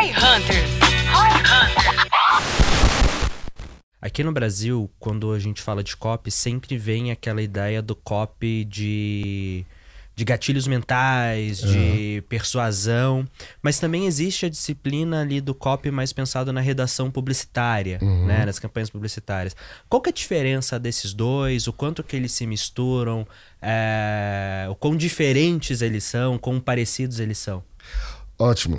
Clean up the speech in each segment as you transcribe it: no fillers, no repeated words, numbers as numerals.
Roy Hunters. Aqui no Brasil, quando a gente fala de copy, sempre vem aquela ideia do copy de gatilhos mentais, de persuasão, mas também existe a disciplina ali do copy mais pensado na redação publicitária, né, nas campanhas publicitárias. Qual que é a diferença desses dois, o quanto que eles se misturam, o quão diferentes eles são, quão parecidos eles são? Ótimo.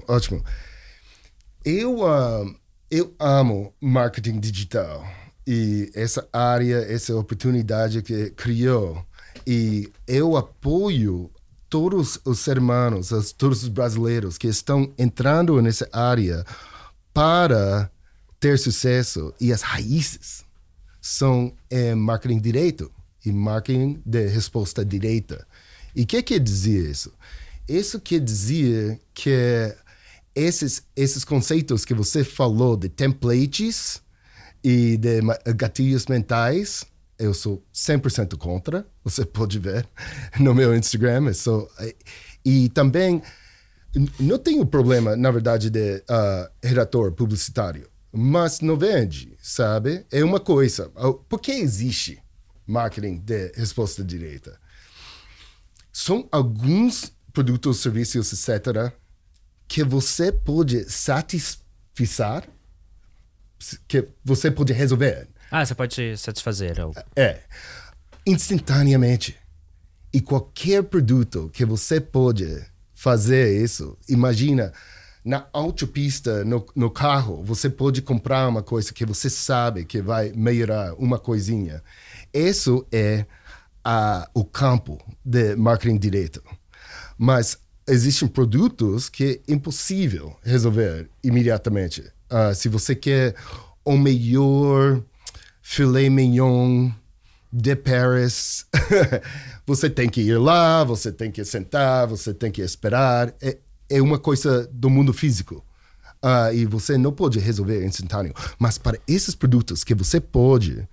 Eu amo marketing digital e essa área, essa oportunidade que criou. E eu apoio todos os seres humanos, todos os brasileiros que estão entrando nessa área para ter sucesso. E as raízes são marketing direto e marketing de resposta direta. E o que quer dizer isso? Isso quer dizer que esses conceitos que você falou de templates e de gatilhos mentais, eu sou 100% contra. Você pode ver no meu Instagram. E também, não tenho problema, na verdade, de redator publicitário. Mas não vende, sabe? É uma coisa. Por que existe marketing de resposta direta? São alguns produtos, serviços, etc., que você pode satisfazer, que você pode resolver. Você pode satisfazer. Instantaneamente. E qualquer produto que você pode fazer isso, imagina, na autopista, no carro, você pode comprar uma coisa que você sabe que vai melhorar uma coisinha. Isso é o campo de marketing direto. Mas existem produtos que é impossível resolver imediatamente. Se você quer o melhor filé mignon de Paris, você tem que ir lá, você tem que sentar, você tem que esperar. É uma coisa do mundo físico. E você não pode resolver instantâneo. Mas para esses produtos que você pode,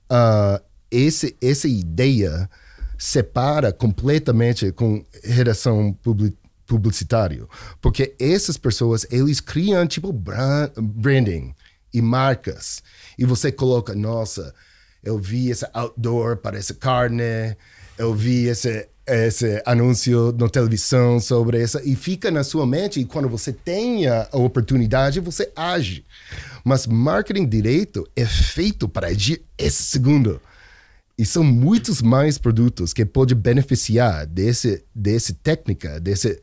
essa ideia separa completamente com redação publicitária. Porque essas pessoas, eles criam tipo branding e marcas. E você coloca, nossa, eu vi esse outdoor para essa carne, eu vi esse anúncio na televisão sobre essa, e fica na sua mente, e quando você tem a oportunidade, você age. Mas marketing direito é feito para agir esse segundo. E são muitos mais produtos que podem beneficiar dessa técnica, dessa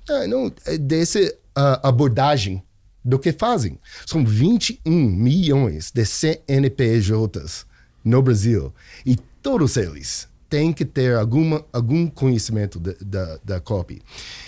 abordagem do que fazem. São 21 milhões de CNPJs no Brasil. E todos eles têm que ter algum conhecimento da copy.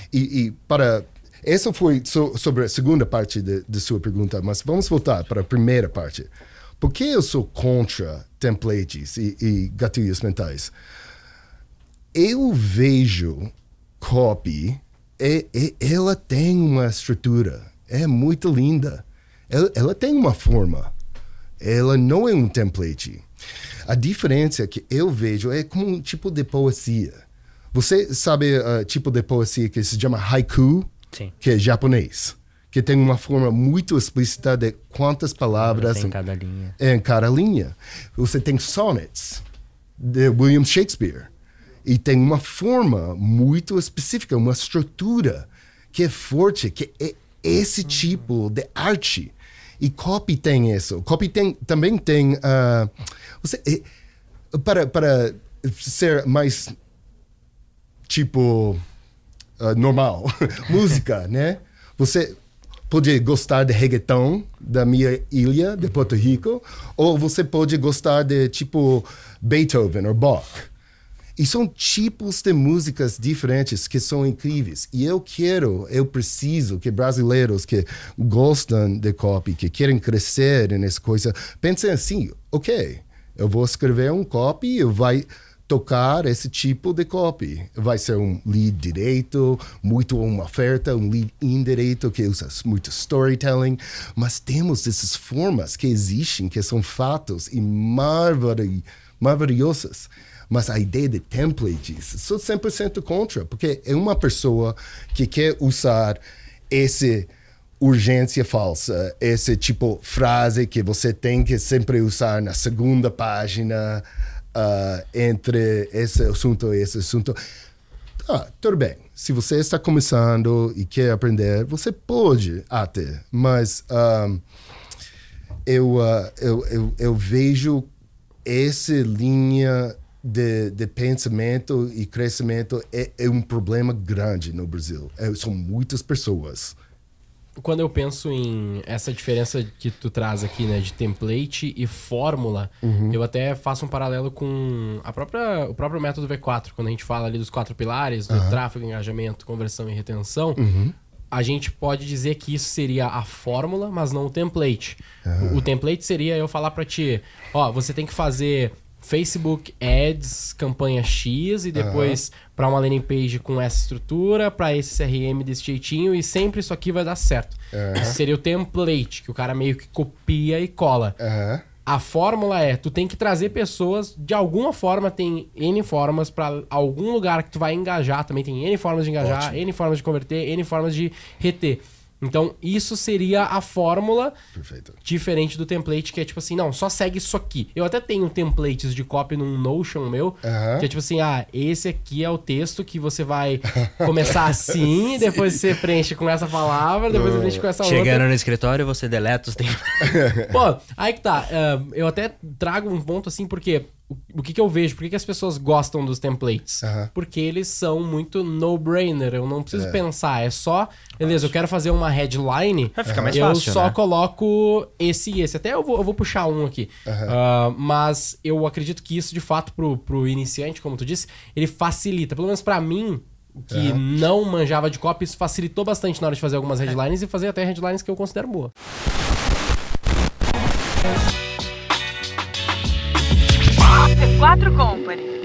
Essa foi sobre a segunda parte de sua pergunta, mas vamos voltar para a primeira parte. Por que eu sou contra templates e gatilhos mentais? Eu vejo copy, ela tem uma estrutura, é muito linda. Ela tem uma forma. Ela não é um template. A diferença que eu vejo é como um tipo de poesia. Você sabe o tipo de poesia que se chama haiku? Sim. Que é japonês. Que tem uma forma muito explícita de quantas palavras em cada linha. Em cada linha. Você tem sonnets de William Shakespeare. E tem uma forma muito específica, uma estrutura que é forte, que é esse tipo de arte. E copy tem isso. Copy também tem... para ser mais tipo normal, música, né? Você pode gostar de reggaeton da minha ilha, de Porto Rico, ou você pode gostar de tipo Beethoven ou Bach. E são tipos de músicas diferentes que são incríveis. E eu preciso que brasileiros que gostam de copy, que querem crescer nessa coisa, pensem assim, ok, eu vou escrever um copy e vai tocar esse tipo de copy. Vai ser um lead direito, muito uma oferta, um lead indireto que usa muito storytelling, mas temos essas formas que existem, que são fatos e maravilhosas. Mas a ideia de templates, sou 100% contra, porque é uma pessoa que quer usar urgência falsa, esse tipo frase que você tem que sempre usar na segunda página entre esse assunto e esse assunto. Tudo bem. Se você está começando e quer aprender, você pode até, mas eu vejo essa linha de pensamento e crescimento é um problema grande no Brasil. São muitas pessoas. Quando eu penso em essa diferença que tu traz aqui, né, de template e fórmula, eu até faço um paralelo com o próprio método V4, quando a gente fala ali dos 4 pilares, do tráfego, engajamento, conversão e retenção, a gente pode dizer que isso seria a fórmula, mas não o template. O template seria eu falar pra ti, você tem que fazer Facebook Ads, campanha X, e depois para uma landing page com essa estrutura, para esse CRM desse jeitinho, e sempre isso aqui vai dar certo. Esse seria o template, que o cara meio que copia e cola. A fórmula tu tem que trazer pessoas, de alguma forma, tem N formas para algum lugar que tu vai engajar, também tem N formas de engajar, ótimo, N formas de converter, N formas de reter. Então, isso seria a fórmula. Perfeito. Diferente do template, que é tipo assim, não, só segue isso aqui. Eu até tenho templates de copy num Notion meu, que é tipo assim, esse aqui é o texto que você vai começar assim, depois você preenche com essa palavra, depois você preenche com essa outra. Chegando no escritório, você deleta os templates. Pô, aí que tá. Eu até trago um ponto assim, porque o que eu vejo? Por que as pessoas gostam dos templates? Porque eles são muito no-brainer. Eu não preciso pensar. É só... Beleza, eu quero fazer uma headline. Vai ficar mais fácil, eu só coloco esse e esse. Até eu vou puxar um aqui. Mas eu acredito que isso, de fato, pro iniciante, como tu disse, ele facilita. Pelo menos pra mim, que não manjava de copy, isso facilitou bastante na hora de fazer algumas headlines e fazer até headlines que eu considero boa. C4 Company.